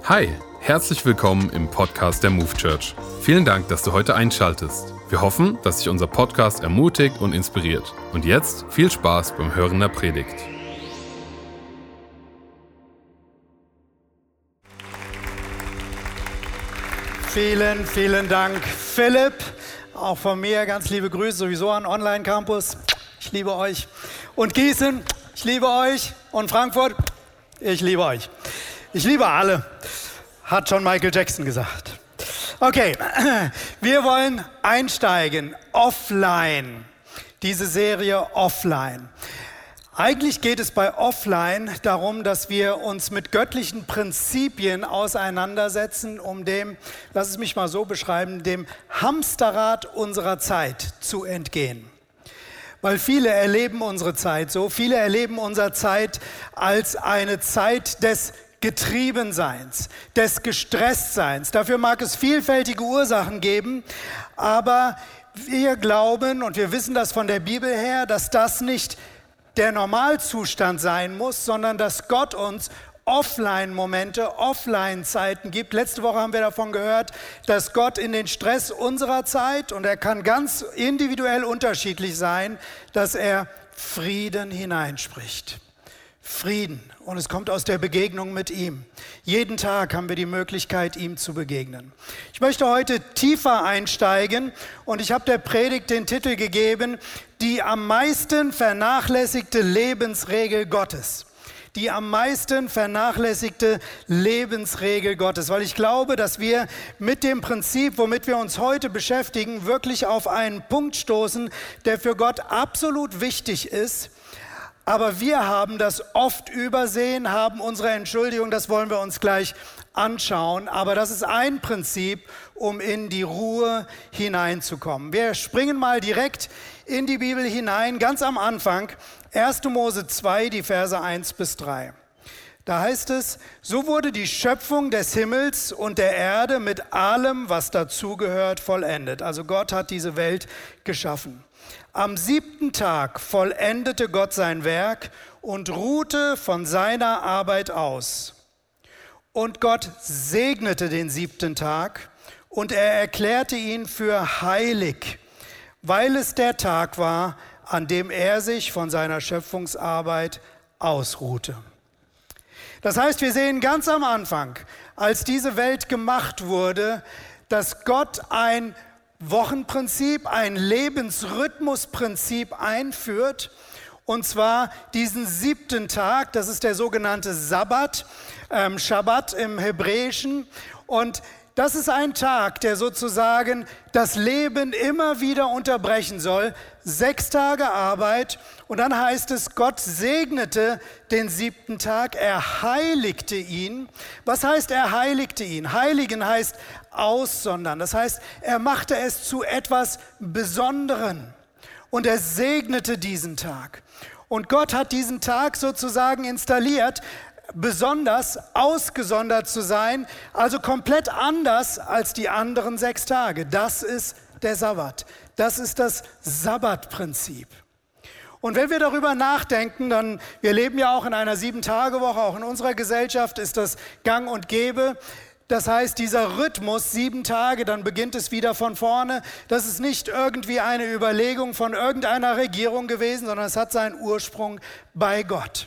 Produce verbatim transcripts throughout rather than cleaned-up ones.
Hi, herzlich willkommen im Podcast der Move Church. Vielen Dank, dass du heute einschaltest. Wir hoffen, dass dich unser Podcast ermutigt und inspiriert. Und jetzt viel Spaß beim Hören der Predigt. Vielen, vielen Dank, Philipp. Auch von mir ganz liebe Grüße sowieso an Online-Campus. Ich liebe euch. Und Gießen, ich liebe euch. Und Frankfurt, ich liebe euch. Ich liebe alle, hat schon Michael Jackson gesagt. Okay, wir wollen einsteigen, offline, diese Serie offline. Eigentlich geht es bei offline darum, dass wir uns mit göttlichen Prinzipien auseinandersetzen, um dem, lass es mich mal so beschreiben, dem Hamsterrad unserer Zeit zu entgehen. Weil viele erleben unsere Zeit so, viele erleben unsere Zeit als eine Zeit des Getriebenseins, des Gestresstseins. Dafür mag es vielfältige Ursachen geben, aber wir glauben und wir wissen das von der Bibel her, dass das nicht der Normalzustand sein muss, sondern dass Gott uns Offline-Momente, Offline-Zeiten gibt. Letzte Woche haben wir davon gehört, dass Gott in den Stress unserer Zeit, und er kann ganz individuell unterschiedlich sein, dass er Frieden hineinspricht. Frieden. Und es kommt aus der Begegnung mit ihm. Jeden Tag haben wir die Möglichkeit, ihm zu begegnen. Ich möchte heute tiefer einsteigen und ich habe der Predigt den Titel gegeben, die am meisten vernachlässigte Lebensregel Gottes. Die am meisten vernachlässigte Lebensregel Gottes. Weil ich glaube, dass wir mit dem Prinzip, womit wir uns heute beschäftigen, wirklich auf einen Punkt stoßen, der für Gott absolut wichtig ist. Aber wir haben das oft übersehen, haben unsere Entschuldigung, das wollen wir uns gleich anschauen. Aber das ist ein Prinzip, um in die Ruhe hineinzukommen. Wir springen mal direkt in die Bibel hinein, ganz am Anfang, erster Mose zwei, die Verse eins bis drei. Da heißt es, so wurde die Schöpfung des Himmels und der Erde mit allem, was dazugehört, vollendet. Also Gott hat diese Welt geschaffen. Am siebten Tag vollendete Gott sein Werk und ruhte von seiner Arbeit aus. Und Gott segnete den siebten Tag und er erklärte ihn für heilig, weil es der Tag war, an dem er sich von seiner Schöpfungsarbeit ausruhte. Das heißt, wir sehen ganz am Anfang, als diese Welt gemacht wurde, dass Gott ein Wochenprinzip, ein Lebensrhythmusprinzip einführt, und zwar diesen siebten Tag, das ist der sogenannte Sabbat, ähm, Schabbat im Hebräischen, und das ist ein Tag, der sozusagen das Leben immer wieder unterbrechen soll. Sechs Tage Arbeit und dann heißt es, Gott segnete den siebten Tag, er heiligte ihn. Was heißt, er heiligte ihn? Heiligen heißt aussondern. Das heißt, er machte es zu etwas Besonderem und er segnete diesen Tag. Und Gott hat diesen Tag sozusagen installiert, besonders ausgesondert zu sein, also komplett anders als die anderen sechs Tage. Das ist der Sabbat. Das ist das Sabbatprinzip. Und wenn wir darüber nachdenken, dann, wir leben ja auch in einer Sieben-Tage-Woche, auch in unserer Gesellschaft ist das gang und gäbe. Das heißt, dieser Rhythmus, sieben Tage, dann beginnt es wieder von vorne. Das ist nicht irgendwie eine Überlegung von irgendeiner Regierung gewesen, sondern es hat seinen Ursprung bei Gott.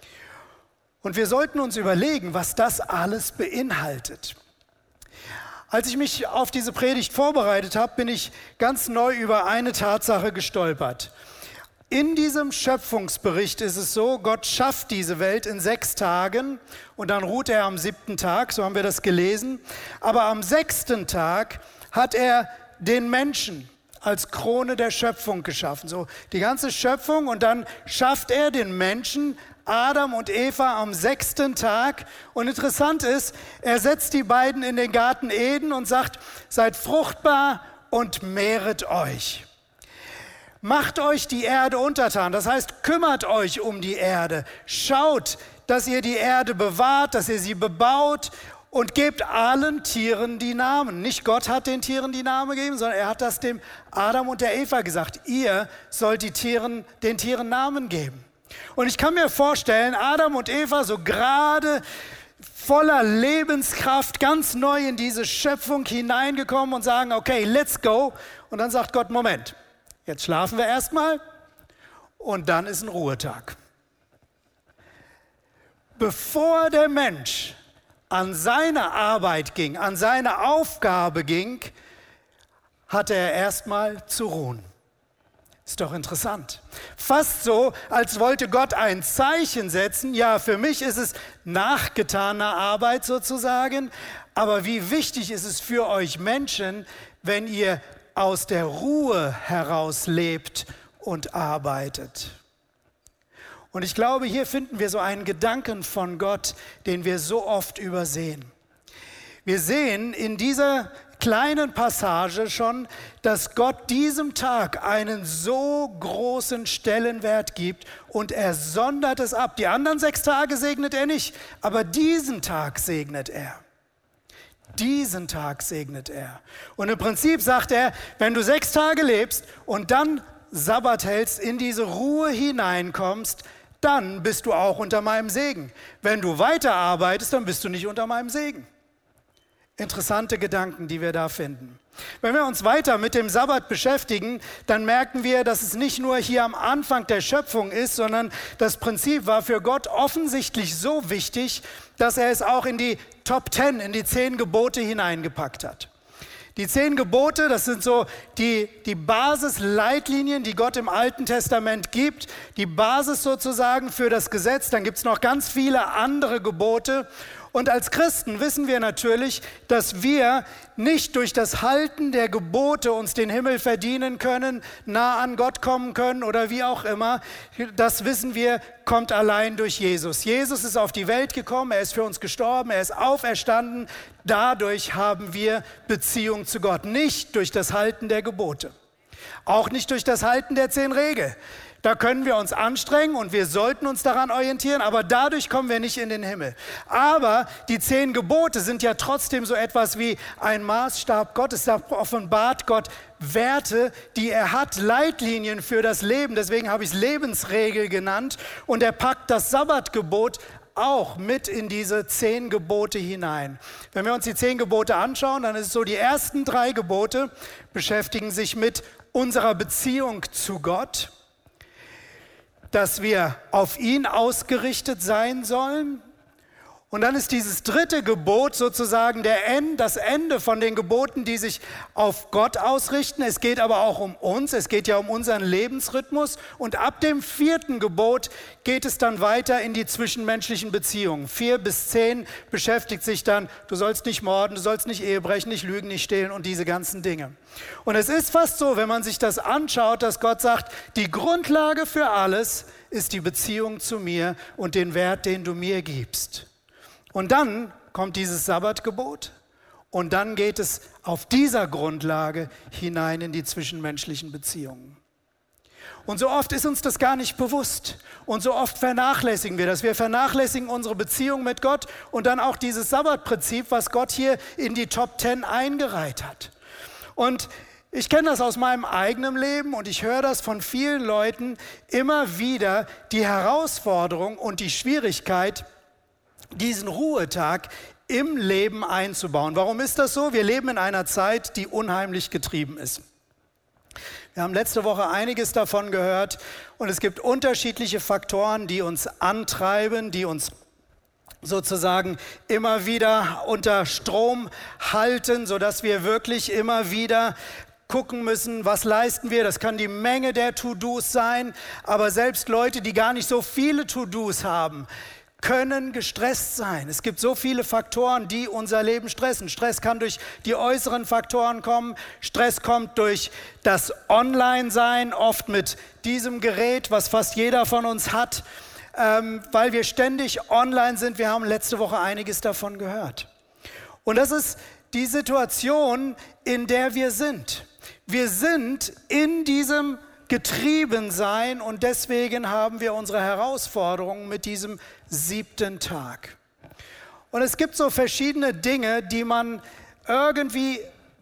Und wir sollten uns überlegen, was das alles beinhaltet. Als ich mich auf diese Predigt vorbereitet habe, bin ich ganz neu über eine Tatsache gestolpert. In diesem Schöpfungsbericht ist es so, Gott schafft diese Welt in sechs Tagen und dann ruht er am siebten Tag, so haben wir das gelesen. Aber am sechsten Tag hat er den Menschen als Krone der Schöpfung geschaffen. So die ganze Schöpfung, und dann schafft er den Menschen, Adam und Eva, am sechsten Tag. Und interessant ist, er setzt die beiden in den Garten Eden und sagt, seid fruchtbar und mehret euch. Macht euch die Erde untertan, das heißt, kümmert euch um die Erde. Schaut, dass ihr die Erde bewahrt, dass ihr sie bebaut und gebt allen Tieren die Namen. Nicht Gott hat den Tieren die Namen gegeben, sondern er hat das dem Adam und der Eva gesagt. Ihr sollt die Tieren, den Tieren Namen geben. Und ich kann mir vorstellen, Adam und Eva so gerade voller Lebenskraft, ganz neu in diese Schöpfung hineingekommen und sagen, okay, let's go. Und dann sagt Gott, Moment, jetzt schlafen wir erstmal und dann ist ein Ruhetag. Bevor der Mensch an seine Arbeit ging, an seine Aufgabe ging, hatte er erstmal zu ruhen. Ist doch interessant. Fast so, als wollte Gott ein Zeichen setzen. Ja, für mich ist es nachgetane Arbeit sozusagen. Aber wie wichtig ist es für euch Menschen, wenn ihr aus der Ruhe heraus lebt und arbeitet? Und ich glaube, hier finden wir so einen Gedanken von Gott, den wir so oft übersehen. Wir sehen in dieser kleinen Passage schon, dass Gott diesem Tag einen so großen Stellenwert gibt und er sondert es ab. Die anderen sechs Tage segnet er nicht, aber diesen Tag segnet er. Diesen Tag segnet er. Und im Prinzip sagt er, wenn du sechs Tage lebst und dann Sabbat hältst, in diese Ruhe hineinkommst, dann bist du auch unter meinem Segen. Wenn du weiterarbeitest, dann bist du nicht unter meinem Segen. Interessante Gedanken, die wir da finden. Wenn wir uns weiter mit dem Sabbat beschäftigen, dann merken wir, dass es nicht nur hier am Anfang der Schöpfung ist, sondern das Prinzip war für Gott offensichtlich so wichtig, dass er es auch in die Top Ten, in die zehn Gebote hineingepackt hat. Die zehn Gebote, das sind so die, die Basisleitlinien, die Gott im Alten Testament gibt, die Basis sozusagen für das Gesetz. Dann gibt es noch ganz viele andere Gebote. Und als Christen wissen wir natürlich, dass wir nicht durch das Halten der Gebote uns den Himmel verdienen können, nah an Gott kommen können oder wie auch immer. Das wissen wir, kommt allein durch Jesus. Jesus ist auf die Welt gekommen, er ist für uns gestorben, er ist auferstanden. Dadurch haben wir Beziehung zu Gott, nicht durch das Halten der Gebote, auch nicht durch das Halten der zehn Regeln. Da können wir uns anstrengen und wir sollten uns daran orientieren, aber dadurch kommen wir nicht in den Himmel. Aber die zehn Gebote sind ja trotzdem so etwas wie ein Maßstab Gottes. Da offenbart Gott Werte, die er hat, Leitlinien für das Leben. Deswegen habe ich es Lebensregel genannt. Und er packt das Sabbatgebot auch mit in diese zehn Gebote hinein. Wenn wir uns die zehn Gebote anschauen, dann ist es so, die ersten drei Gebote beschäftigen sich mit unserer Beziehung zu Gott, dass wir auf ihn ausgerichtet sein sollen. Und dann ist dieses dritte Gebot sozusagen der End, das Ende von den Geboten, die sich auf Gott ausrichten. Es geht aber auch um uns, es geht ja um unseren Lebensrhythmus. Und ab dem vierten Gebot geht es dann weiter in die zwischenmenschlichen Beziehungen. Vier bis zehn beschäftigt sich dann, du sollst nicht morden, du sollst nicht Ehe brechen, nicht lügen, nicht stehlen und diese ganzen Dinge. Und es ist fast so, wenn man sich das anschaut, dass Gott sagt, die Grundlage für alles ist die Beziehung zu mir und den Wert, den du mir gibst. Und dann kommt dieses Sabbatgebot und dann geht es auf dieser Grundlage hinein in die zwischenmenschlichen Beziehungen. Und so oft ist uns das gar nicht bewusst und so oft vernachlässigen wir das. Wir vernachlässigen unsere Beziehung mit Gott und dann auch dieses Sabbatprinzip, was Gott hier in die Top Ten eingereiht hat. Und ich kenne das aus meinem eigenen Leben und ich höre das von vielen Leuten immer wieder, die Herausforderung und die Schwierigkeit, diesen Ruhetag im Leben einzubauen. Warum ist das so? Wir leben in einer Zeit, die unheimlich getrieben ist. Wir haben letzte Woche einiges davon gehört und es gibt unterschiedliche Faktoren, die uns antreiben, die uns sozusagen immer wieder unter Strom halten, sodass wir wirklich immer wieder gucken müssen, was leisten wir. Das kann die Menge der To-Dos sein, aber selbst Leute, die gar nicht so viele To-Dos haben, können gestresst sein. Es gibt so viele Faktoren, die unser Leben stressen. Stress kann durch die äußeren Faktoren kommen. Stress kommt durch das Online-Sein, oft mit diesem Gerät, was fast jeder von uns hat, ähm, weil wir ständig online sind. Wir haben letzte Woche einiges davon gehört. Und das ist die Situation, in der wir sind. Wir sind in diesem Getriebensein und deswegen haben wir unsere Herausforderungen mit diesem siebten Tag. Und es gibt so verschiedene Dinge, die man irgendwie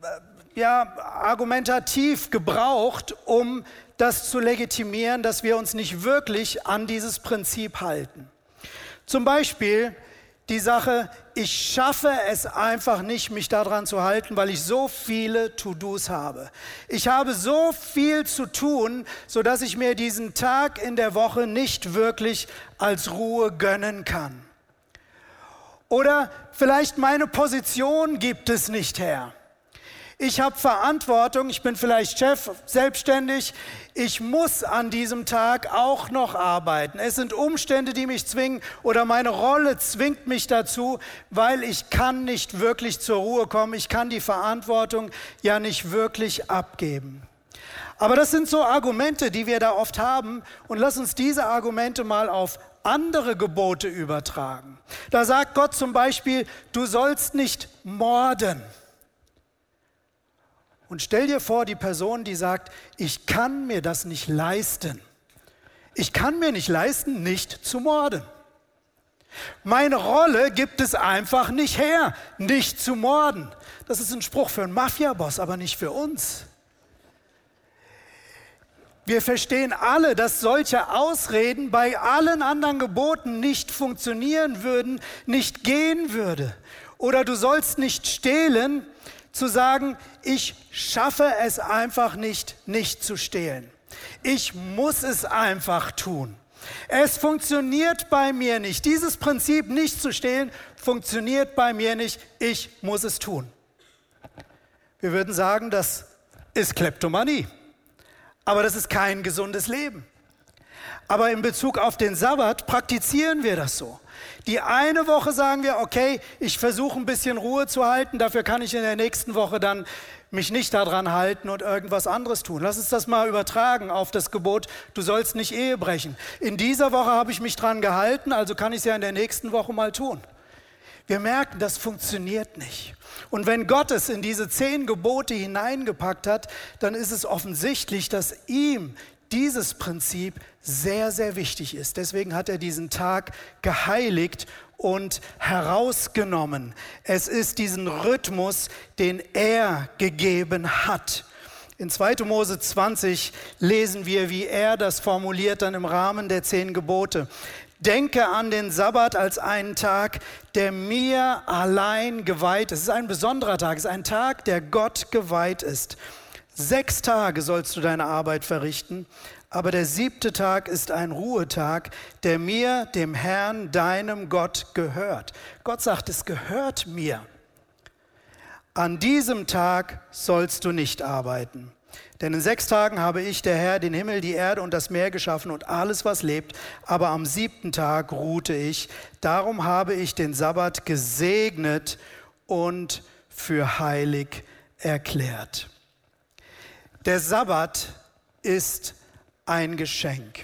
ja, argumentativ gebraucht, um das zu legitimieren, dass wir uns nicht wirklich an dieses Prinzip halten. Zum Beispiel die Sache, ich schaffe es einfach nicht, mich daran zu halten, weil ich so viele To-Dos habe. Ich habe so viel zu tun, sodass ich mir diesen Tag in der Woche nicht wirklich als Ruhe gönnen kann. Oder vielleicht meine Position gibt es nicht her. Ich habe Verantwortung, ich bin vielleicht Chef, selbstständig, ich muss an diesem Tag auch noch arbeiten. Es sind Umstände, die mich zwingen oder meine Rolle zwingt mich dazu, weil ich kann nicht wirklich zur Ruhe kommen, ich kann die Verantwortung ja nicht wirklich abgeben. Aber das sind so Argumente, die wir da oft haben und lass uns diese Argumente mal auf andere Gebote übertragen. Da sagt Gott zum Beispiel, du sollst nicht morden. Und stell dir vor, die Person, die sagt, ich kann mir das nicht leisten. Ich kann mir nicht leisten, nicht zu morden. Meine Rolle gibt es einfach nicht her, nicht zu morden. Das ist ein Spruch für einen Mafiaboss, aber nicht für uns. Wir verstehen alle, dass solche Ausreden bei allen anderen Geboten nicht funktionieren würden, nicht gehen würde. Oder du sollst nicht stehlen, zu sagen, ich schaffe es einfach nicht, nicht zu stehlen. Ich muss es einfach tun. Es funktioniert bei mir nicht. Dieses Prinzip, nicht zu stehlen, funktioniert bei mir nicht. Ich muss es tun. Wir würden sagen, das ist Kleptomanie. Aber das ist kein gesundes Leben. Aber in Bezug auf den Sabbat praktizieren wir das so. Die eine Woche sagen wir, okay, ich versuche ein bisschen Ruhe zu halten, dafür kann ich in der nächsten Woche dann mich nicht daran halten und irgendwas anderes tun. Lass uns das mal übertragen auf das Gebot, du sollst nicht Ehe brechen. In dieser Woche habe ich mich dran gehalten, also kann ich es ja in der nächsten Woche mal tun. Wir merken, das funktioniert nicht. Und wenn Gott es in diese zehn Gebote hineingepackt hat, dann ist es offensichtlich, dass ihm dieses Prinzip sehr, sehr wichtig ist. Deswegen hat er diesen Tag geheiligt und herausgenommen. Es ist diesen Rhythmus, den er gegeben hat. In zweiter Mose zwanzig lesen wir, wie er das formuliert dann im Rahmen der zehn Gebote. Denke an den Sabbat als einen Tag, der mir allein geweiht ist. Es ist ein besonderer Tag, es ist ein Tag, der Gott geweiht ist. Sechs Tage sollst du deine Arbeit verrichten, aber der siebte Tag ist ein Ruhetag, der mir, dem Herrn, deinem Gott gehört. Gott sagt, es gehört mir. An diesem Tag sollst du nicht arbeiten. Denn in sechs Tagen habe ich, der Herr, den Himmel, die Erde und das Meer geschaffen und alles, was lebt. Aber am siebten Tag ruhte ich. Darum habe ich den Sabbat gesegnet und für heilig erklärt. Der Sabbat ist ein Geschenk.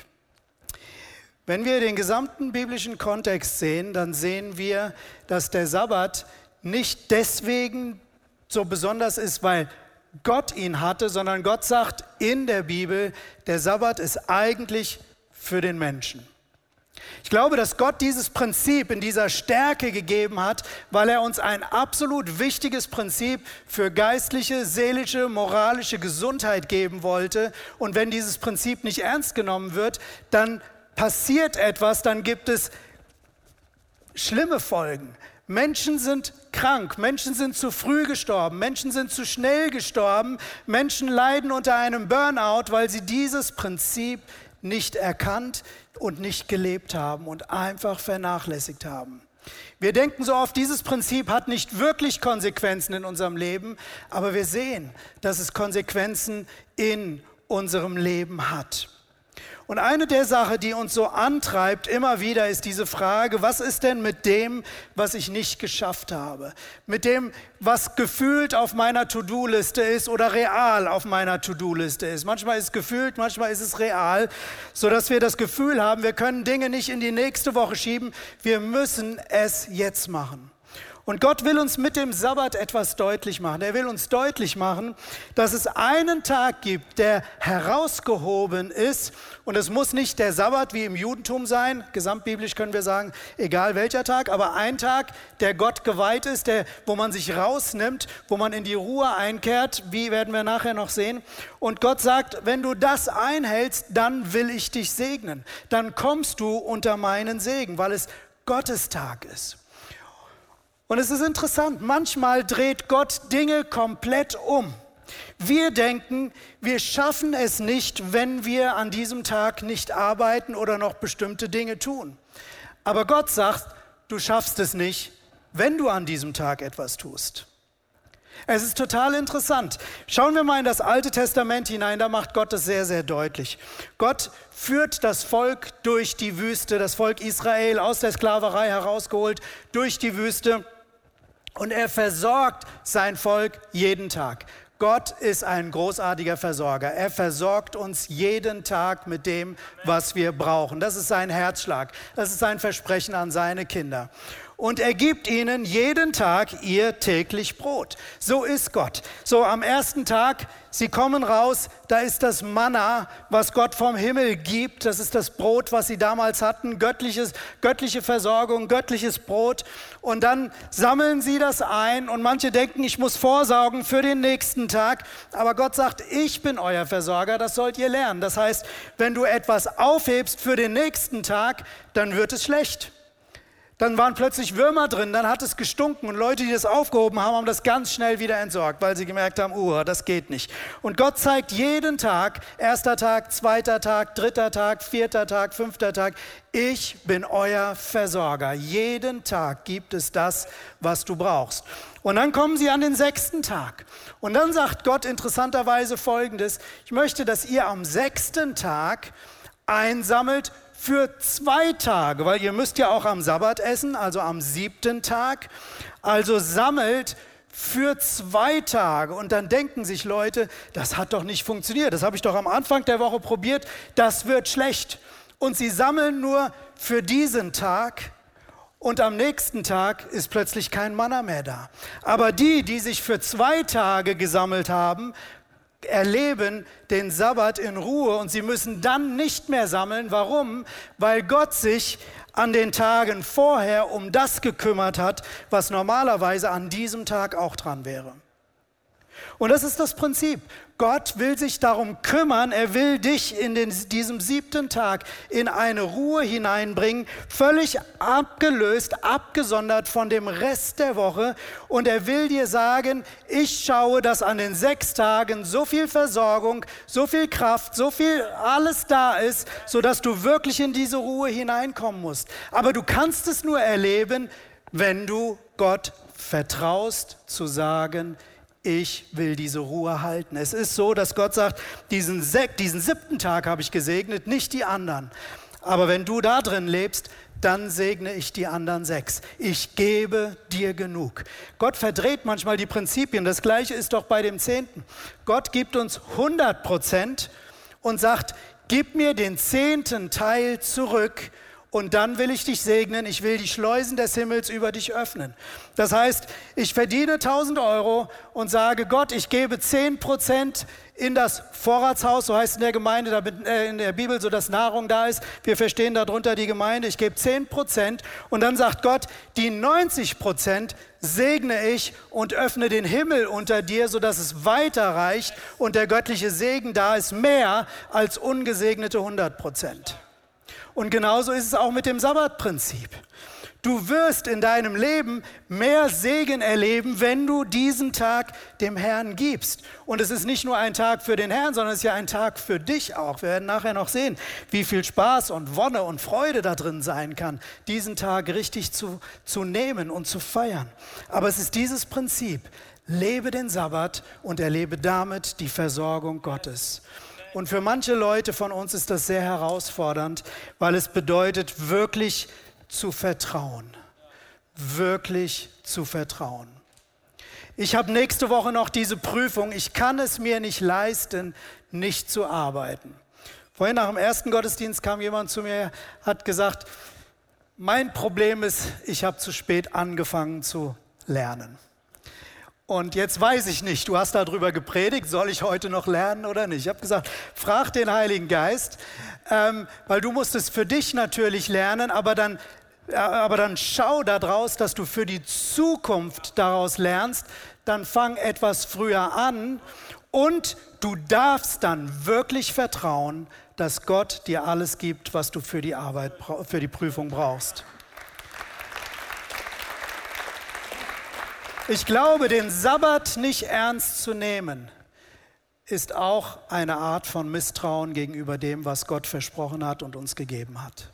Wenn wir den gesamten biblischen Kontext sehen, dann sehen wir, dass der Sabbat nicht deswegen so besonders ist, weil Gott ihn hatte, sondern Gott sagt in der Bibel, der Sabbat ist eigentlich für den Menschen. Ich glaube, dass Gott dieses Prinzip in dieser Stärke gegeben hat, weil er uns ein absolut wichtiges Prinzip für geistliche, seelische, moralische Gesundheit geben wollte. Und wenn dieses Prinzip nicht ernst genommen wird, dann passiert etwas, dann gibt es schlimme Folgen. Menschen sind krank, Menschen sind zu früh gestorben, Menschen sind zu schnell gestorben, Menschen leiden unter einem Burnout, weil sie dieses Prinzip nicht erkannt und nicht gelebt haben und einfach vernachlässigt haben. Wir denken so oft, dieses Prinzip hat nicht wirklich Konsequenzen in unserem Leben, aber wir sehen, dass es Konsequenzen in unserem Leben hat. Und eine der Sachen, die uns so antreibt immer wieder, ist diese Frage, was ist denn mit dem, was ich nicht geschafft habe? Mit dem, was gefühlt auf meiner To-Do-Liste ist oder real auf meiner To-Do-Liste ist. Manchmal ist es gefühlt, manchmal ist es real, sodass wir das Gefühl haben, wir können Dinge nicht in die nächste Woche schieben, wir müssen es jetzt machen. Und Gott will uns mit dem Sabbat etwas deutlich machen. Er will uns deutlich machen, dass es einen Tag gibt, der herausgehoben ist. Und es muss nicht der Sabbat wie im Judentum sein. Gesamtbiblisch können wir sagen, egal welcher Tag, aber ein Tag, der Gott geweiht ist, der, wo man sich rausnimmt, wo man in die Ruhe einkehrt. Wie werden wir nachher noch sehen. Und Gott sagt, wenn du das einhältst, dann will ich dich segnen. Dann kommst du unter meinen Segen, weil es Gottes Tag ist. Und es ist interessant, manchmal dreht Gott Dinge komplett um. Wir denken, wir schaffen es nicht, wenn wir an diesem Tag nicht arbeiten oder noch bestimmte Dinge tun. Aber Gott sagt, du schaffst es nicht, wenn du an diesem Tag etwas tust. Es ist total interessant. Schauen wir mal in das Alte Testament hinein, da macht Gott es sehr, sehr deutlich. Gott führt das Volk durch die Wüste, das Volk Israel aus der Sklaverei herausgeholt, durch die Wüste. Und er versorgt sein Volk jeden Tag. Gott ist ein großartiger Versorger. Er versorgt uns jeden Tag mit dem, was wir brauchen. Das ist sein Herzschlag. Das ist sein Versprechen an seine Kinder. Und er gibt ihnen jeden Tag ihr täglich Brot. So ist Gott. So am ersten Tag, sie kommen raus, da ist das Manna, was Gott vom Himmel gibt. Das ist das Brot, was sie damals hatten, göttliches, göttliche Versorgung, göttliches Brot. Und dann sammeln sie das ein und manche denken, ich muss vorsorgen für den nächsten Tag. Aber Gott sagt, ich bin euer Versorger, das sollt ihr lernen. Das heißt, wenn du etwas aufhebst für den nächsten Tag, dann wird es schlecht. Dann waren plötzlich Würmer drin, dann hat es gestunken und Leute, die das aufgehoben haben, haben das ganz schnell wieder entsorgt, weil sie gemerkt haben, uh, das geht nicht. Und Gott zeigt jeden Tag, erster Tag, zweiter Tag, dritter Tag, vierter Tag, fünfter Tag, ich bin euer Versorger. Jeden Tag gibt es das, was du brauchst. Und dann kommen sie an den sechsten Tag. Und dann sagt Gott interessanterweise Folgendes, ich möchte, dass ihr am sechsten Tag einsammelt für zwei Tage, weil ihr müsst ja auch am Sabbat essen, also am siebten Tag. Also sammelt für zwei Tage. Und dann denken sich Leute, das hat doch nicht funktioniert. Das habe ich doch am Anfang der Woche probiert. Das wird schlecht. Und sie sammeln nur für diesen Tag. Und am nächsten Tag ist plötzlich kein Manna mehr da. Aber die, die sich für zwei Tage gesammelt haben, erleben den Sabbat in Ruhe und sie müssen dann nicht mehr sammeln. Warum? Weil Gott sich an den Tagen vorher um das gekümmert hat, was normalerweise an diesem Tag auch dran wäre. Und das ist das Prinzip. Gott will sich darum kümmern, er will dich in den, diesem siebten Tag in eine Ruhe hineinbringen, völlig abgelöst, abgesondert von dem Rest der Woche. Und er will dir sagen, ich schaue, dass an den sechs Tagen so viel Versorgung, so viel Kraft, so viel alles da ist, sodass du wirklich in diese Ruhe hineinkommen musst. Aber du kannst es nur erleben, wenn du Gott vertraust, zu sagen, ich will diese Ruhe halten. Es ist so, dass Gott sagt, diesen, Sek- diesen siebten Tag habe ich gesegnet, nicht die anderen. Aber wenn du da drin lebst, dann segne ich die anderen sechs. Ich gebe dir genug. Gott verdreht manchmal die Prinzipien. Das Gleiche ist doch bei dem Zehnten. Gott gibt uns hundert Prozent und sagt, gib mir den zehnten Teil zurück. Und dann will ich dich segnen, ich will die Schleusen des Himmels über dich öffnen. Das heißt, ich verdiene tausend Euro und sage, Gott, ich gebe zehn Prozent in das Vorratshaus, so heißt es in der Gemeinde, damit, äh, in der Bibel, so dass Nahrung da ist. Wir verstehen darunter die Gemeinde, ich gebe zehn Prozent und dann sagt Gott, die neunzig Prozent segne ich und öffne den Himmel unter dir, sodass es weiterreicht und der göttliche Segen da ist, mehr als ungesegnete hundert Prozent. Und genauso ist es auch mit dem Sabbatprinzip. Du wirst in deinem Leben mehr Segen erleben, wenn du diesen Tag dem Herrn gibst. Und es ist nicht nur ein Tag für den Herrn, sondern es ist ja ein Tag für dich auch. Wir werden nachher noch sehen, wie viel Spaß und Wonne und Freude da drin sein kann, diesen Tag richtig zu, zu nehmen und zu feiern. Aber es ist dieses Prinzip, lebe den Sabbat und erlebe damit die Versorgung Gottes. Und für manche Leute von uns ist das sehr herausfordernd, weil es bedeutet, wirklich zu vertrauen. Wirklich zu vertrauen. Ich habe nächste Woche noch diese Prüfung. Ich kann es mir nicht leisten, nicht zu arbeiten. Vorhin nach dem ersten Gottesdienst kam jemand zu mir, hat gesagt, mein Problem ist, ich habe zu spät angefangen zu lernen. Und jetzt weiß ich nicht, du hast darüber gepredigt, soll ich heute noch lernen oder nicht? Ich habe gesagt, frag den Heiligen Geist, ähm, weil du musst es für dich natürlich lernen, aber dann, äh, aber dann schau daraus, dass du für die Zukunft daraus lernst, dann fang etwas früher an und du darfst dann wirklich vertrauen, dass Gott dir alles gibt, was du für die Arbeit, für die Prüfung brauchst. Ich glaube, den Sabbat nicht ernst zu nehmen, ist auch eine Art von Misstrauen gegenüber dem, was Gott versprochen hat und uns gegeben hat.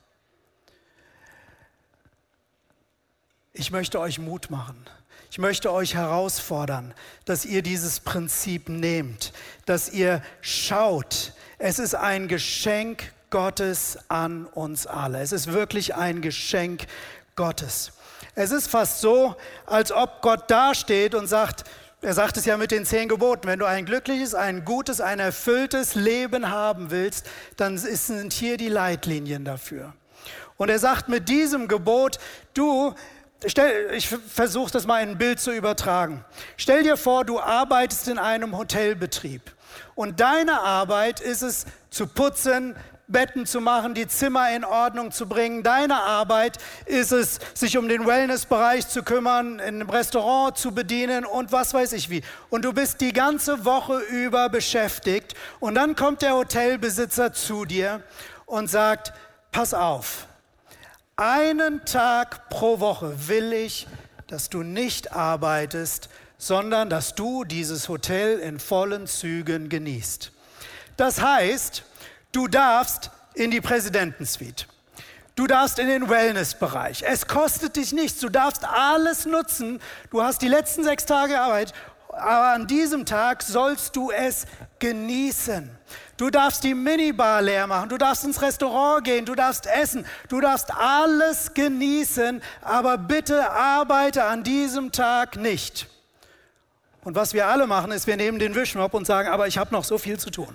Ich möchte euch Mut machen. Ich möchte euch herausfordern, dass ihr dieses Prinzip nehmt, dass ihr schaut. Es ist ein Geschenk Gottes an uns alle. Es ist wirklich ein Geschenk Gottes. Es ist fast so, als ob Gott dasteht und sagt, er sagt es ja mit den zehn Geboten, wenn du ein glückliches, ein gutes, ein erfülltes Leben haben willst, dann sind hier die Leitlinien dafür. Und er sagt mit diesem Gebot, du, stell, ich versuche das mal in ein Bild zu übertragen. Stell dir vor, du arbeitest in einem Hotelbetrieb und deine Arbeit ist es, zu putzen, Betten zu machen, die Zimmer in Ordnung zu bringen. Deine Arbeit ist es, sich um den Wellnessbereich zu kümmern, in einem Restaurant zu bedienen und was weiß ich wie. Und du bist die ganze Woche über beschäftigt und dann kommt der Hotelbesitzer zu dir und sagt, pass auf, einen Tag pro Woche will ich, dass du nicht arbeitest, sondern dass du dieses Hotel in vollen Zügen genießt. Das heißt, du darfst in die Präsidentensuite. Du darfst in den Wellnessbereich. Es kostet dich nichts. Du darfst alles nutzen. Du hast die letzten sechs Tage Arbeit, aber an diesem Tag sollst du es genießen. Du darfst die Minibar leer machen. Du darfst ins Restaurant gehen. Du darfst essen. Du darfst alles genießen, aber bitte arbeite an diesem Tag nicht. Und was wir alle machen, ist, wir nehmen den Wischmopp und sagen, aber ich habe noch so viel zu tun.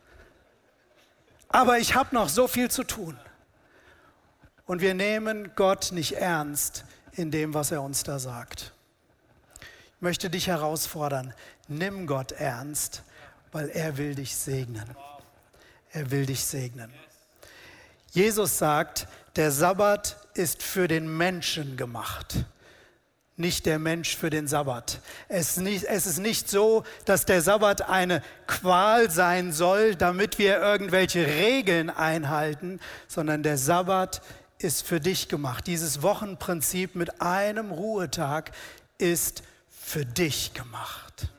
Aber ich habe noch so viel zu tun. Und wir nehmen Gott nicht ernst in dem, was er uns da sagt. Ich möchte dich herausfordern, nimm Gott ernst, weil er will dich segnen. Er will dich segnen. Jesus sagt, der Sabbat ist für den Menschen gemacht. Nicht der Mensch für den Sabbat. Es ist nicht so, dass der Sabbat eine Qual sein soll, damit wir irgendwelche Regeln einhalten, sondern der Sabbat ist für dich gemacht. Dieses Wochenprinzip mit einem Ruhetag ist für dich gemacht.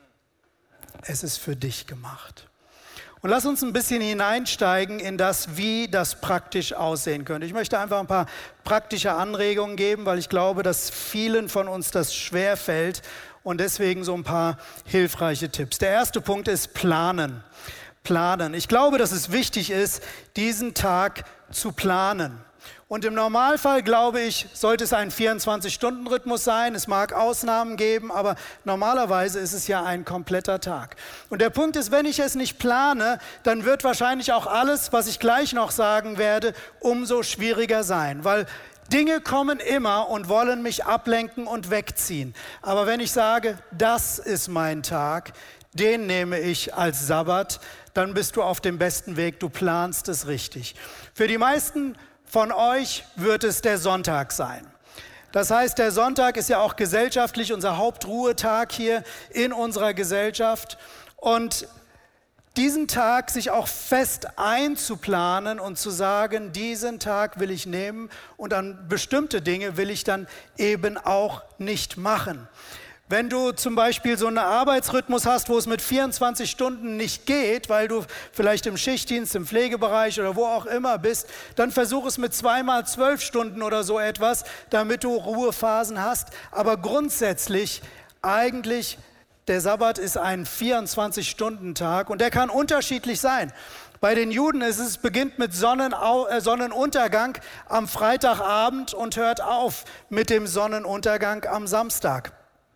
Es ist für dich gemacht. Und lass uns ein bisschen hineinsteigen in das, wie das praktisch aussehen könnte. Ich möchte einfach ein paar praktische Anregungen geben, weil ich glaube, dass vielen von uns das schwerfällt und deswegen so ein paar hilfreiche Tipps. Der erste Punkt ist planen. Planen. Ich glaube, dass es wichtig ist, diesen Tag zu planen. Und im Normalfall, glaube ich, sollte es ein vierundzwanzig-Stunden-Rhythmus sein. Es mag Ausnahmen geben, aber normalerweise ist es ja ein kompletter Tag. Und der Punkt ist, wenn ich es nicht plane, dann wird wahrscheinlich auch alles, was ich gleich noch sagen werde, umso schwieriger sein. Weil Dinge kommen immer und wollen mich ablenken und wegziehen. Aber wenn ich sage, das ist mein Tag, den nehme ich als Sabbat, dann bist du auf dem besten Weg, du planst es richtig. Für die meisten von euch wird es der Sonntag sein. Das heißt, der Sonntag ist ja auch gesellschaftlich unser Hauptruhetag hier in unserer Gesellschaft. Und diesen Tag sich auch fest einzuplanen und zu sagen, diesen Tag will ich nehmen und an bestimmte Dinge will ich dann eben auch nicht machen. Wenn du zum Beispiel so einen Arbeitsrhythmus hast, wo es mit vierundzwanzig Stunden nicht geht, weil du vielleicht im Schichtdienst, im Pflegebereich oder wo auch immer bist, dann versuch es mit zweimal zwölf Stunden oder so etwas, damit du Ruhephasen hast. Aber grundsätzlich, eigentlich, der Sabbat ist ein vierundzwanzig-Stunden-Tag und der kann unterschiedlich sein. Bei den Juden ist es, beginnt mit Sonnenau- äh, Sonnenuntergang am Freitagabend und hört auf mit dem Sonnenuntergang am Samstag.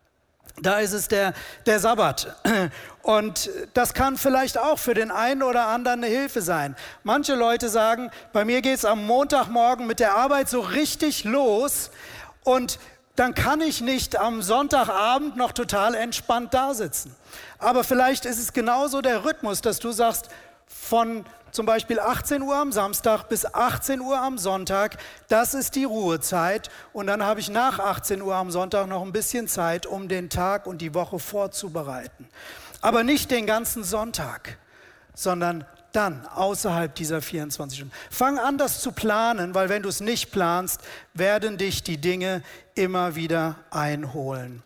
Da ist es der, der Sabbat. Und das kann vielleicht auch für den einen oder anderen eine Hilfe sein. Manche Leute sagen, bei mir geht es am Montagmorgen mit der Arbeit so richtig los und dann kann ich nicht am Sonntagabend noch total entspannt da sitzen. Aber vielleicht ist es genauso der Rhythmus, dass du sagst, von zum Beispiel achtzehn Uhr am Samstag bis achtzehn Uhr am Sonntag, das ist die Ruhezeit. Und dann habe ich nach achtzehn Uhr am Sonntag noch ein bisschen Zeit, um den Tag und die Woche vorzubereiten. Aber nicht den ganzen Sonntag, sondern dann außerhalb dieser vierundzwanzig Stunden. Fang an, das zu planen, weil wenn du es nicht planst, werden dich die Dinge immer wieder einholen.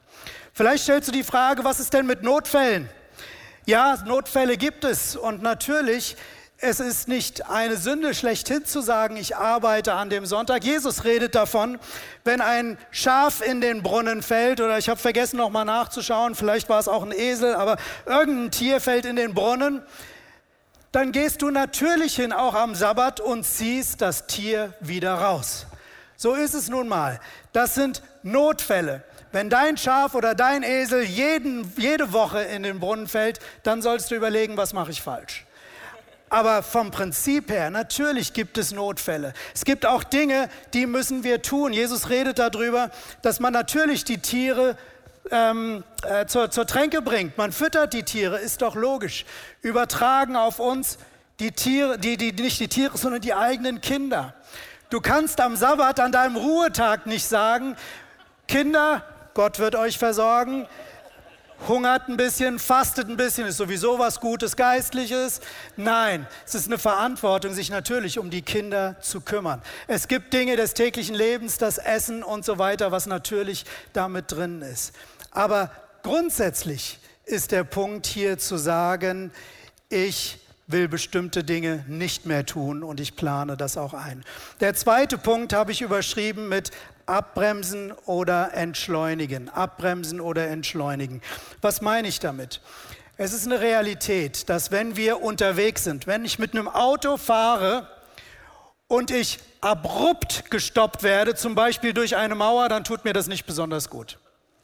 Vielleicht stellst du die Frage, was ist denn mit Notfällen? Ja, Notfälle gibt es und natürlich, es ist nicht eine Sünde schlechthin zu sagen, ich arbeite an dem Sonntag. Jesus redet davon, wenn ein Schaf in den Brunnen fällt oder ich habe vergessen noch mal nachzuschauen, vielleicht war es auch ein Esel, aber irgendein Tier fällt in den Brunnen, dann gehst du natürlich hin, auch am Sabbat, und ziehst das Tier wieder raus. So ist es nun mal. Das sind Notfälle. Wenn dein Schaf oder dein Esel jeden, jede Woche in den Brunnen fällt, dann solltest du überlegen, was mache ich falsch. Aber vom Prinzip her, natürlich gibt es Notfälle. Es gibt auch Dinge, die müssen wir tun. Jesus redet darüber, dass man natürlich die Tiere ähm, äh, zur, zur Tränke bringt. Man füttert die Tiere, ist doch logisch. Übertragen auf uns die Tiere, die, die, nicht die Tiere, sondern die eigenen Kinder. Du kannst am Sabbat, an deinem Ruhetag nicht sagen, Kinder, Gott wird euch versorgen, hungert ein bisschen, fastet ein bisschen, ist sowieso was Gutes, Geistliches. Nein, es ist eine Verantwortung, sich natürlich um die Kinder zu kümmern. Es gibt Dinge des täglichen Lebens, das Essen und so weiter, was natürlich damit drin ist. Aber grundsätzlich ist der Punkt hier zu sagen, ich will bestimmte Dinge nicht mehr tun und ich plane das auch ein. Der zweite Punkt habe ich überschrieben mit Abbremsen oder entschleunigen. Abbremsen oder entschleunigen. Was meine ich damit? Es ist eine Realität, dass wenn wir unterwegs sind, wenn ich mit einem Auto fahre und ich abrupt gestoppt werde, zum Beispiel durch eine Mauer, dann tut mir das nicht besonders gut.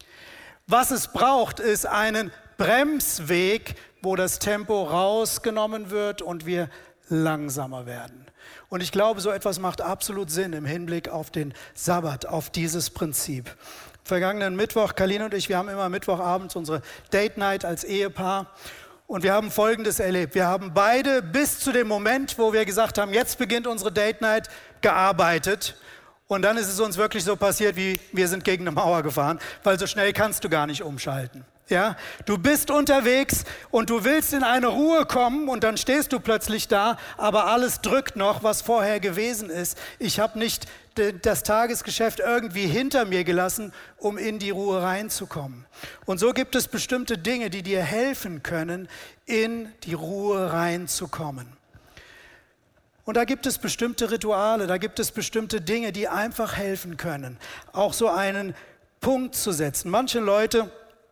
Was es braucht, ist einen Bremsweg, wo das Tempo rausgenommen wird und wir langsamer werden. Und ich glaube, so etwas macht absolut Sinn im Hinblick auf den Sabbat, auf dieses Prinzip. Vergangenen Mittwoch, Kalin und ich, wir haben immer Mittwochabends unsere Date Night als Ehepaar und wir haben Folgendes erlebt. Wir haben beide bis zu dem Moment, wo wir gesagt haben, jetzt beginnt unsere Date Night, gearbeitet. Und dann ist es uns wirklich so passiert, wie wir sind gegen eine Mauer gefahren, weil so schnell kannst du gar nicht umschalten. Ja, du bist unterwegs und du willst in eine Ruhe kommen und dann stehst du plötzlich da, aber alles drückt noch, was vorher gewesen ist. Ich habe nicht das Tagesgeschäft irgendwie hinter mir gelassen, um in die Ruhe reinzukommen. Und so gibt es bestimmte Dinge, die dir helfen können, in die Ruhe reinzukommen. Und da gibt es bestimmte Rituale, da gibt es bestimmte Dinge, die einfach helfen können, auch so einen Punkt zu setzen. Manche Leute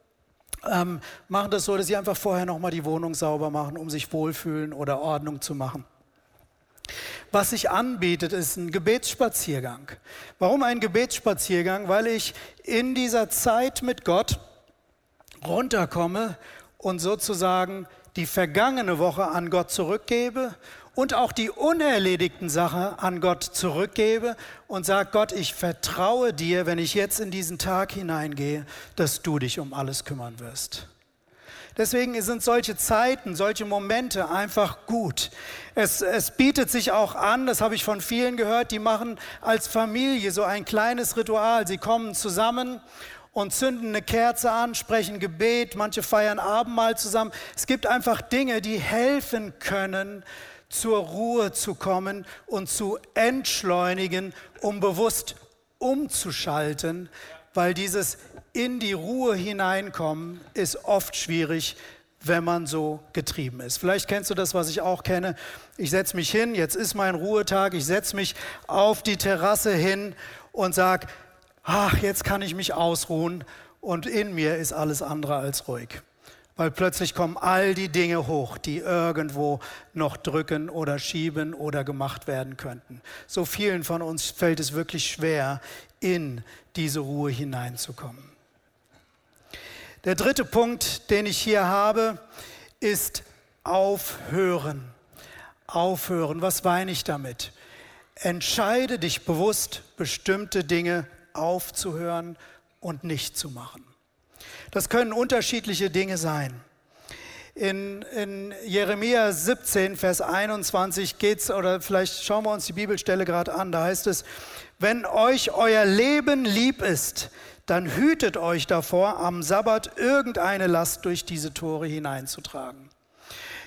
Ähm, machen das so, dass sie einfach vorher nochmal die Wohnung sauber machen, um sich wohlfühlen oder Ordnung zu machen. Was sich anbietet, ist ein Gebetsspaziergang. Warum ein Gebetsspaziergang? Weil ich in dieser Zeit mit Gott runterkomme und sozusagen die vergangene Woche an Gott zurückgebe und auch die unerledigten Sachen an Gott zurückgebe und sage, Gott, ich vertraue dir, wenn ich jetzt in diesen Tag hineingehe, dass du dich um alles kümmern wirst. Deswegen sind solche Zeiten, solche Momente einfach gut. Es, es bietet sich auch an, das habe ich von vielen gehört, die machen als Familie so ein kleines Ritual. Sie kommen zusammen und zünden eine Kerze an, sprechen Gebet, manche feiern Abendmahl zusammen. Es gibt einfach Dinge, die helfen können, zur Ruhe zu kommen und zu entschleunigen, um bewusst umzuschalten, weil dieses in die Ruhe hineinkommen ist oft schwierig, wenn man so getrieben ist. Vielleicht kennst du das, was ich auch kenne. Ich setze mich hin, jetzt ist mein Ruhetag, ich setze mich auf die Terrasse hin und sage, ach, jetzt kann ich mich ausruhen und in mir ist alles andere als ruhig. Weil plötzlich kommen all die Dinge hoch, die irgendwo noch drücken oder schieben oder gemacht werden könnten. So vielen von uns fällt es wirklich schwer, in diese Ruhe hineinzukommen. Der dritte Punkt, den ich hier habe, ist aufhören. Aufhören, was meine ich damit? Entscheide dich bewusst, bestimmte Dinge aufzuhören und nicht zu machen. Das können unterschiedliche Dinge sein. In, in Jeremia siebzehn, Vers einundzwanzig geht's, oder vielleicht schauen wir uns die Bibelstelle gerade an, da heißt es, wenn euch euer Leben lieb ist, dann hütet euch davor, am Sabbat irgendeine Last durch diese Tore hineinzutragen.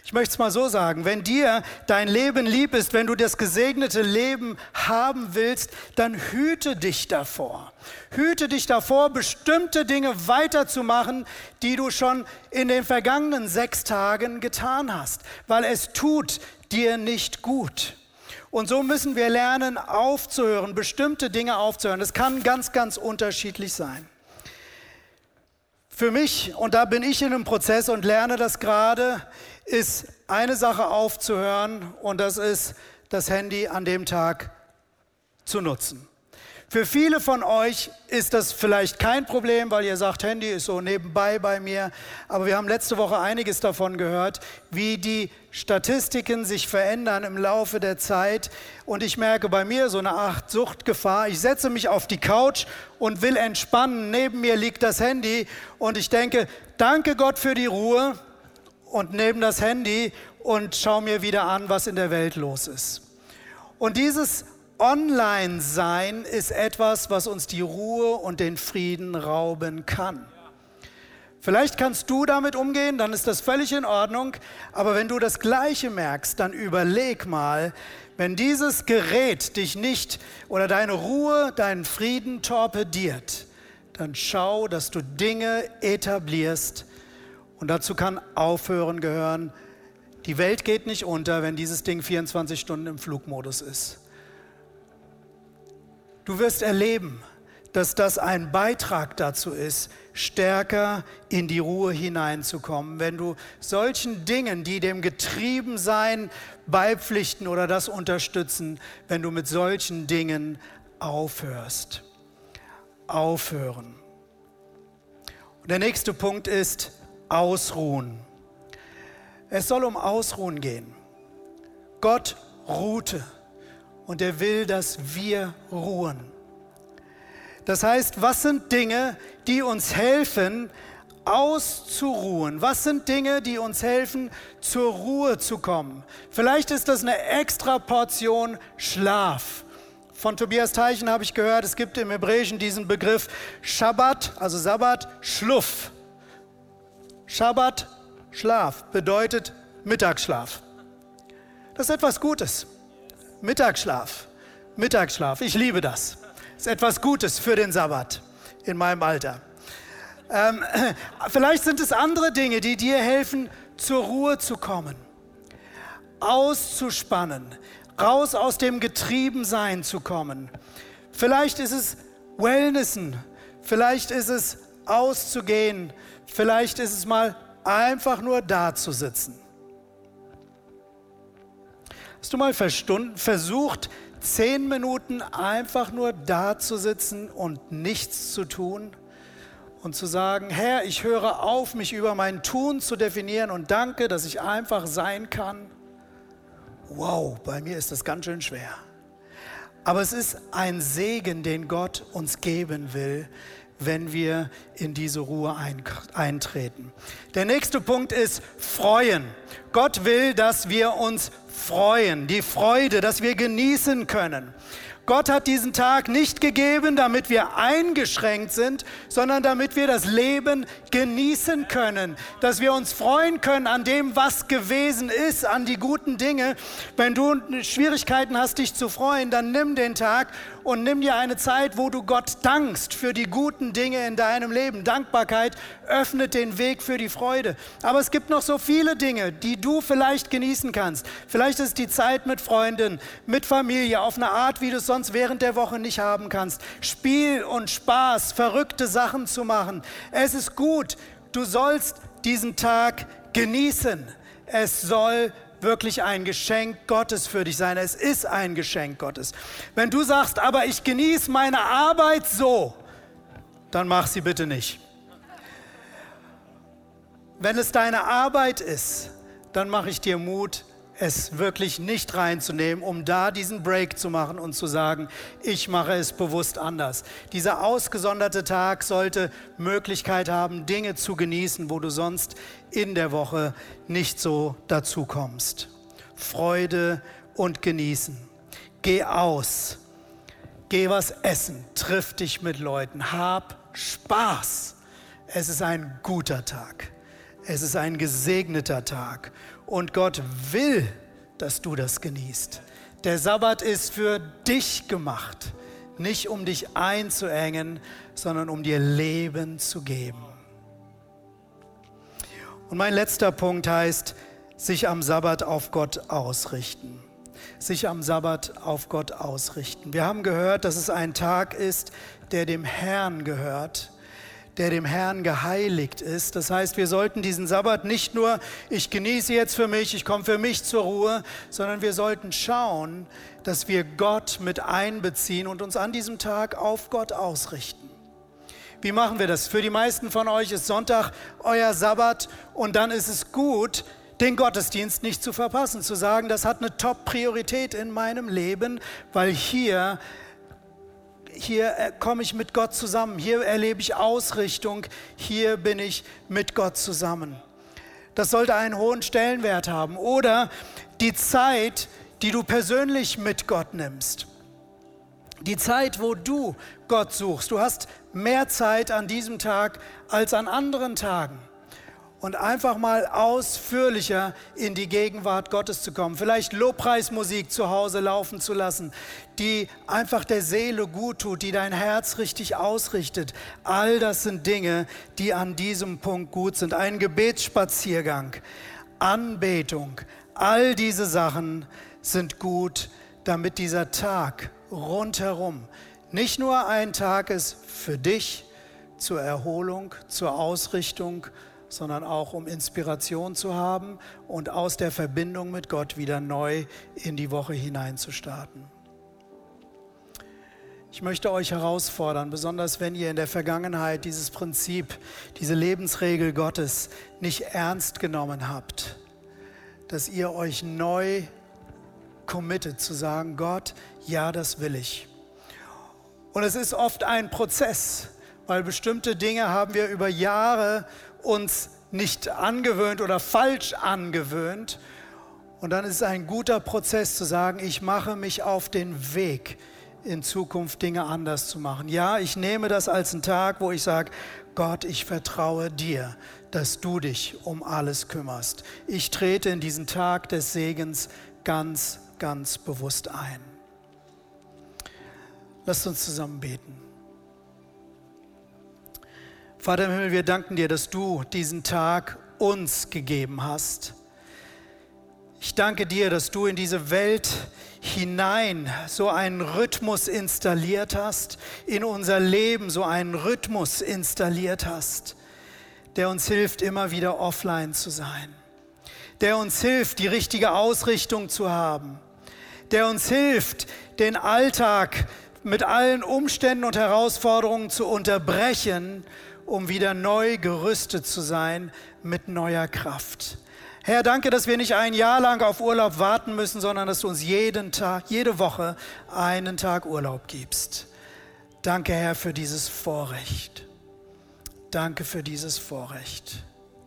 Ich möchte es mal so sagen, wenn dir dein Leben lieb ist, wenn du das gesegnete Leben haben willst, dann hüte dich davor. Hüte dich davor, bestimmte Dinge weiterzumachen, die du schon in den vergangenen sechs Tagen getan hast, weil es tut dir nicht gut. Und so müssen wir lernen, aufzuhören, bestimmte Dinge aufzuhören. Das kann ganz, ganz unterschiedlich sein. Für mich, und da bin ich in einem Prozess und lerne das gerade, ist eine Sache aufzuhören und das ist, das Handy an dem Tag zu nutzen. Für viele von euch ist das vielleicht kein Problem, weil ihr sagt, Handy ist so nebenbei bei mir. Aber wir haben letzte Woche einiges davon gehört, wie die Statistiken sich verändern im Laufe der Zeit. Und ich merke bei mir so eine Art Suchtgefahr. Ich setze mich auf die Couch und will entspannen. Neben mir liegt das Handy und ich denke, danke Gott für die Ruhe und nehme das Handy und schaue mir wieder an, was in der Welt los ist. Und dieses Online-Sein ist etwas, was uns die Ruhe und den Frieden rauben kann. Vielleicht kannst du damit umgehen, dann ist das völlig in Ordnung. Aber wenn du das Gleiche merkst, dann überleg mal, wenn dieses Gerät dich nicht oder deine Ruhe, deinen Frieden torpediert, dann schau, dass du Dinge etablierst. Und dazu kann Aufhören gehören. Die Welt geht nicht unter, wenn dieses Ding vierundzwanzig Stunden im Flugmodus ist. Du wirst erleben, dass das ein Beitrag dazu ist, stärker in die Ruhe hineinzukommen. Wenn du solchen Dingen, die dem Getriebensein beipflichten oder das unterstützen, wenn du mit solchen Dingen aufhörst. Aufhören. Und der nächste Punkt ist Ausruhen. Es soll um Ausruhen gehen. Gott ruhte. Und er will, dass wir ruhen. Das heißt, was sind Dinge, die uns helfen, auszuruhen? Was sind Dinge, die uns helfen, zur Ruhe zu kommen? Vielleicht ist das eine extra Portion Schlaf. Von Tobias Teichen habe ich gehört, es gibt im Hebräischen diesen Begriff Schabbat, also Sabbat, Schluff. Schabbat, Schlaf, bedeutet Mittagsschlaf. Das ist etwas Gutes. Mittagsschlaf, Mittagsschlaf, ich liebe das. Das ist etwas Gutes für den Sabbat in meinem Alter. Ähm, vielleicht sind es andere Dinge, die dir helfen, zur Ruhe zu kommen, auszuspannen, raus aus dem Getriebensein zu kommen. Vielleicht ist es Wellnessen, vielleicht ist es auszugehen, vielleicht ist es mal einfach nur da zu sitzen. Hast du mal versucht, zehn Minuten einfach nur da zu sitzen und nichts zu tun und zu sagen, Herr, ich höre auf, mich über mein Tun zu definieren und danke, dass ich einfach sein kann? Wow, bei mir ist das ganz schön schwer. Aber es ist ein Segen, den Gott uns geben will, wenn wir in diese Ruhe eintreten. Der nächste Punkt ist freuen. Gott will, dass wir uns freuen, die Freude, dass wir genießen können. Gott hat diesen Tag nicht gegeben, damit wir eingeschränkt sind, sondern damit wir das Leben genießen können, dass wir uns freuen können an dem, was gewesen ist, an die guten Dinge. Wenn du Schwierigkeiten hast, dich zu freuen, dann nimm den Tag und nimm dir eine Zeit, wo du Gott dankst für die guten Dinge in deinem Leben. Dankbarkeit öffnet den Weg für die Freude. Aber es gibt noch so viele Dinge, die du vielleicht genießen kannst. Vielleicht ist die Zeit mit Freunden, mit Familie, auf eine Art, wie du es sonst während der Woche nicht haben kannst. Spiel und Spaß, verrückte Sachen zu machen. Es ist gut, du sollst diesen Tag genießen. Es soll wirklich ein Geschenk Gottes für dich sein. Es ist ein Geschenk Gottes. Wenn du sagst, aber ich genieße meine Arbeit so, dann mach sie bitte nicht. Wenn es deine Arbeit ist, dann mache ich dir Mut, es wirklich nicht reinzunehmen, um da diesen Break zu machen und zu sagen, ich mache es bewusst anders. Dieser ausgesonderte Tag sollte Möglichkeit haben, Dinge zu genießen, wo du sonst in der Woche nicht so dazu kommst. Freude und Genießen. Geh aus, geh was essen, triff dich mit Leuten, hab Spaß. Es ist ein guter Tag. Es ist ein gesegneter Tag und Gott will, dass du das genießt. Der Sabbat ist für dich gemacht, nicht um dich einzuengen, sondern um dir Leben zu geben. Und mein letzter Punkt heißt, sich am Sabbat auf Gott ausrichten. Sich am Sabbat auf Gott ausrichten. Wir haben gehört, dass es ein Tag ist, der dem Herrn gehört, der dem Herrn geheiligt ist. Das heißt, wir sollten diesen Sabbat nicht nur, ich genieße jetzt für mich, ich komme für mich zur Ruhe, sondern wir sollten schauen, dass wir Gott mit einbeziehen und uns an diesem Tag auf Gott ausrichten. Wie machen wir das? Für die meisten von euch ist Sonntag euer Sabbat und dann ist es gut, den Gottesdienst nicht zu verpassen, zu sagen, das hat eine Top-Priorität in meinem Leben, weil hier Hier komme ich mit Gott zusammen, hier erlebe ich Ausrichtung, hier bin ich mit Gott zusammen. Das sollte einen hohen Stellenwert haben. Oder die Zeit, die du persönlich mit Gott nimmst. Die Zeit, wo du Gott suchst. Du hast mehr Zeit an diesem Tag als an anderen Tagen. Und einfach mal ausführlicher in die Gegenwart Gottes zu kommen. Vielleicht Lobpreismusik zu Hause laufen zu lassen, die einfach der Seele gut tut, die dein Herz richtig ausrichtet. All das sind Dinge, die an diesem Punkt gut sind. Ein Gebetsspaziergang, Anbetung, all diese Sachen sind gut, damit dieser Tag rundherum nicht nur ein Tag ist für dich zur Erholung, zur Ausrichtung, sondern auch um Inspiration zu haben und aus der Verbindung mit Gott wieder neu in die Woche hineinzustarten. Ich möchte euch herausfordern, besonders wenn ihr in der Vergangenheit dieses Prinzip, diese Lebensregel Gottes nicht ernst genommen habt, dass ihr euch neu committet zu sagen, Gott, ja, das will ich. Und es ist oft ein Prozess, weil bestimmte Dinge haben wir über Jahre uns nicht angewöhnt oder falsch angewöhnt. Und dann ist es ein guter Prozess zu sagen, ich mache mich auf den Weg, in Zukunft Dinge anders zu machen. Ja, ich nehme das als einen Tag, wo ich sage, Gott, ich vertraue dir, dass du dich um alles kümmerst. Ich trete in diesen Tag des Segens ganz, ganz bewusst ein. Lasst uns zusammen beten. Vater im Himmel, wir danken dir, dass du diesen Tag uns gegeben hast. Ich danke dir, dass du in diese Welt hinein so einen Rhythmus installiert hast, in unser Leben so einen Rhythmus installiert hast, der uns hilft, immer wieder offline zu sein, der uns hilft, die richtige Ausrichtung zu haben, der uns hilft, den Alltag mit allen Umständen und Herausforderungen zu unterbrechen, um wieder neu gerüstet zu sein mit neuer Kraft. Herr, danke, dass wir nicht ein Jahr lang auf Urlaub warten müssen, sondern dass du uns jeden Tag, jede Woche einen Tag Urlaub gibst. Danke, Herr, für dieses Vorrecht. Danke für dieses Vorrecht.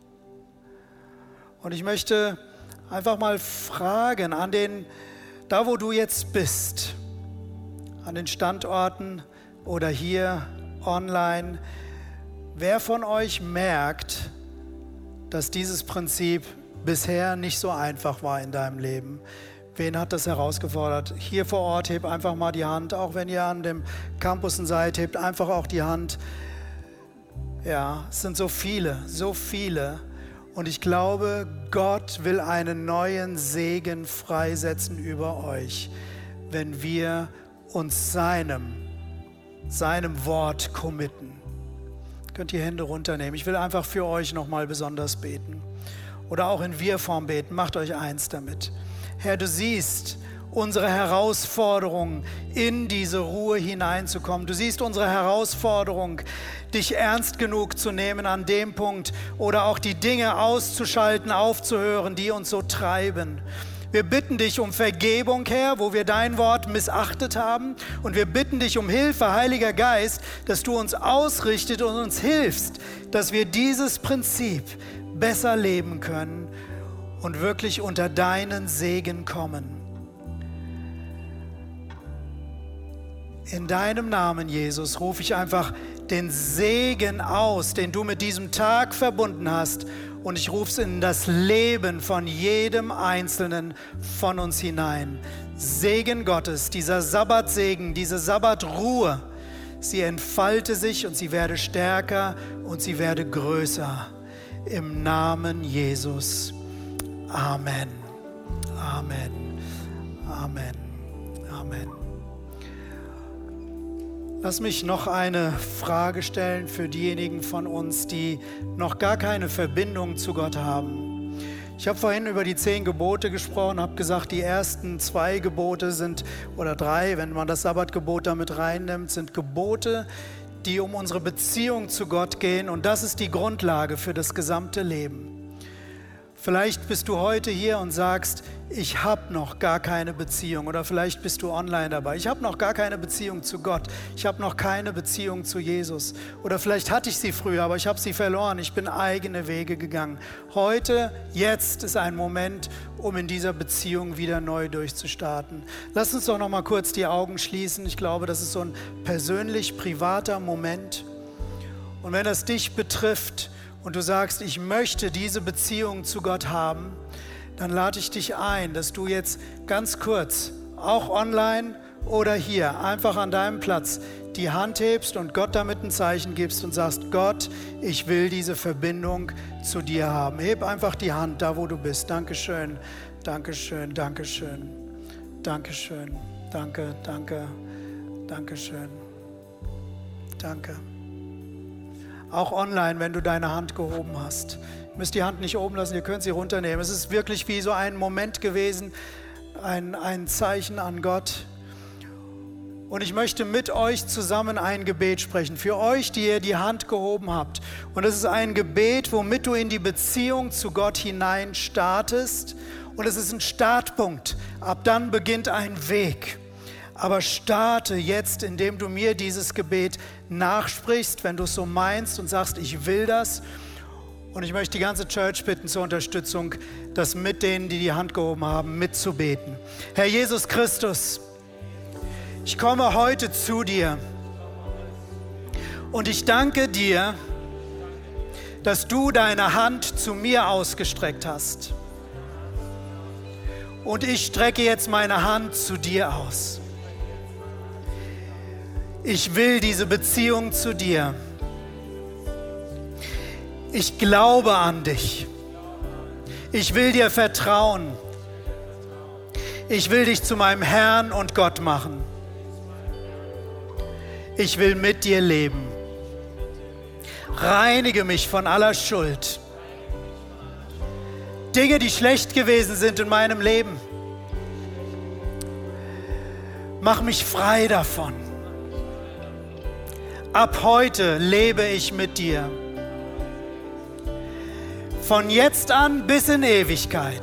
Und ich möchte einfach mal fragen, an den, da wo du jetzt bist, an den Standorten oder hier online, wer von euch merkt, dass dieses Prinzip bisher nicht so einfach war in deinem Leben? Wen hat das herausgefordert? Hier vor Ort, hebt einfach mal die Hand. Auch wenn ihr an dem Campus seid, hebt einfach auch die Hand. Ja, es sind so viele, so viele. Und ich glaube, Gott will einen neuen Segen freisetzen über euch, wenn wir uns seinem, seinem Wort committen. Könnt ihr Hände runternehmen. Ich will einfach für euch nochmal besonders beten. Oder auch in Wir-Form beten. Macht euch eins damit. Herr, du siehst unsere Herausforderung, in diese Ruhe hineinzukommen. Du siehst unsere Herausforderung, dich ernst genug zu nehmen an dem Punkt oder auch die Dinge auszuschalten, aufzuhören, die uns so treiben. Wir bitten dich um Vergebung, Herr, wo wir dein Wort missachtet haben. Und wir bitten dich um Hilfe, Heiliger Geist, dass du uns ausrichtest und uns hilfst, dass wir dieses Prinzip besser leben können und wirklich unter deinen Segen kommen. In deinem Namen, Jesus, rufe ich einfach den Segen aus, den du mit diesem Tag verbunden hast und ich rufe es in das Leben von jedem Einzelnen von uns hinein. Segen Gottes, dieser Sabbatsegen, diese Sabbatruhe, sie entfalte sich und sie werde stärker und sie werde größer. Im Namen Jesus. Amen. Amen. Amen. Amen. Lass mich noch eine Frage stellen für diejenigen von uns, die noch gar keine Verbindung zu Gott haben. Ich habe vorhin über die zehn Gebote gesprochen, habe gesagt, die ersten zwei Gebote sind, oder drei, wenn man das Sabbatgebot damit reinnimmt, sind Gebote, die um unsere Beziehung zu Gott gehen, und das ist die Grundlage für das gesamte Leben. Vielleicht bist du heute hier und sagst, ich habe noch gar keine Beziehung, oder vielleicht bist du online dabei. Ich habe noch gar keine Beziehung zu Gott. Ich habe noch keine Beziehung zu Jesus. Oder vielleicht hatte ich sie früher, aber ich habe sie verloren. Ich bin eigene Wege gegangen. Heute, jetzt ist ein Moment, um in dieser Beziehung wieder neu durchzustarten. Lass uns doch noch mal kurz die Augen schließen. Ich glaube, das ist so ein persönlich privater Moment. Und wenn das dich betrifft, und du sagst, ich möchte diese Beziehung zu Gott haben, dann lade ich dich ein, dass du jetzt ganz kurz, auch online oder hier, einfach an deinem Platz, die Hand hebst und Gott damit ein Zeichen gibst und sagst, Gott, ich will diese Verbindung zu dir haben. Heb einfach die Hand, da wo du bist. Dankeschön, Dankeschön, Dankeschön, Dankeschön, danke, danke, Dankeschön, danke. Auch online, wenn du deine Hand gehoben hast. Ihr müsst die Hand nicht oben lassen, ihr könnt sie runternehmen. Es ist wirklich wie so ein Moment gewesen, ein, ein Zeichen an Gott. Und ich möchte mit euch zusammen ein Gebet sprechen. Für euch, die ihr die Hand gehoben habt. Und es ist ein Gebet, womit du in die Beziehung zu Gott hinein startest. Und es ist ein Startpunkt. Ab dann beginnt ein Weg. Aber starte jetzt, indem du mir dieses Gebet nachsprichst, wenn du es so meinst und sagst, ich will das. Und ich möchte die ganze Church bitten zur Unterstützung, das mit denen, die die Hand gehoben haben, mitzubeten. Herr Jesus Christus, ich komme heute zu dir und ich danke dir, dass du deine Hand zu mir ausgestreckt hast. Und ich strecke jetzt meine Hand zu dir aus. Ich will diese Beziehung zu dir. Ich glaube an dich. Ich will dir vertrauen. Ich will dich zu meinem Herrn und Gott machen. Ich will mit dir leben. Reinige mich von aller Schuld. Dinge, die schlecht gewesen sind in meinem Leben. Mach mich frei davon. Ab heute lebe ich mit dir. Von jetzt an bis in Ewigkeit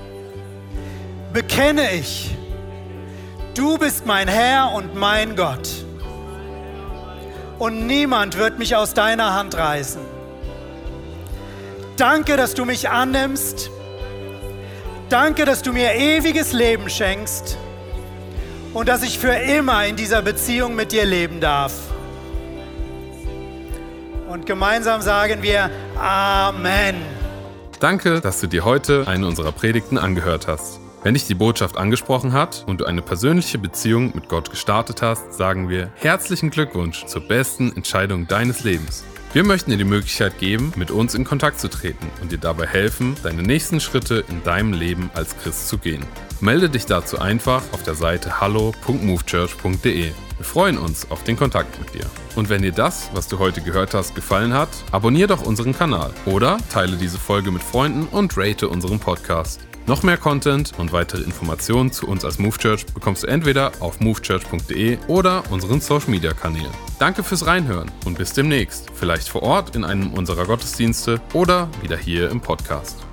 bekenne ich, du bist mein Herr und mein Gott. Und niemand wird mich aus deiner Hand reißen. Danke, dass du mich annimmst. Danke, dass du mir ewiges Leben schenkst und dass ich für immer in dieser Beziehung mit dir leben darf. Und gemeinsam sagen wir Amen. Danke, dass du dir heute eine unserer Predigten angehört hast. Wenn dich die Botschaft angesprochen hat und du eine persönliche Beziehung mit Gott gestartet hast, sagen wir herzlichen Glückwunsch zur besten Entscheidung deines Lebens. Wir möchten dir die Möglichkeit geben, mit uns in Kontakt zu treten und dir dabei helfen, deine nächsten Schritte in deinem Leben als Christ zu gehen. Melde dich dazu einfach auf der Seite hallo punkt movechurch punkt de. Wir freuen uns auf den Kontakt mit dir. Und wenn dir das, was du heute gehört hast, gefallen hat, abonniere doch unseren Kanal oder teile diese Folge mit Freunden und rate unseren Podcast. Noch mehr Content und weitere Informationen zu uns als MoveChurch bekommst du entweder auf movechurch punkt de oder unseren Social Media Kanälen. Danke fürs Reinhören und bis demnächst. Vielleicht vor Ort in einem unserer Gottesdienste oder wieder hier im Podcast.